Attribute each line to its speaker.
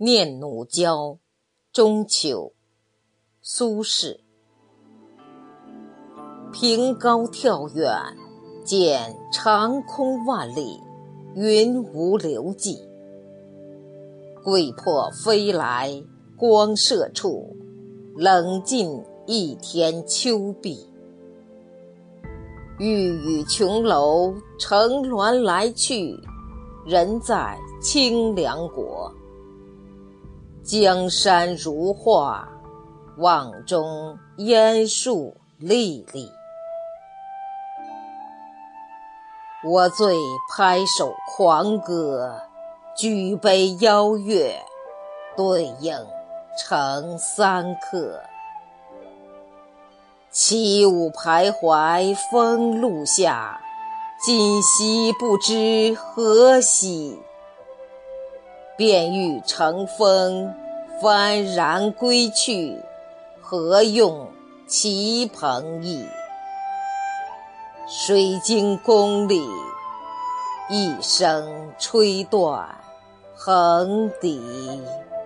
Speaker 1: 念奴娇·中秋，苏轼。凭高眺远，见长空万里，云无留迹。桂魄飞来光射处，冷尽一天秋碧。欲与琼楼乘鸾来去，人在清凉国。江山如画，望中烟树历历。我醉拍手狂歌，举杯邀月，对影成三客。起舞徘徊风露下，今夕不知何夕。便欲乘风幡然归去，何用其朋意。水晶宫里，一声吹断横笛。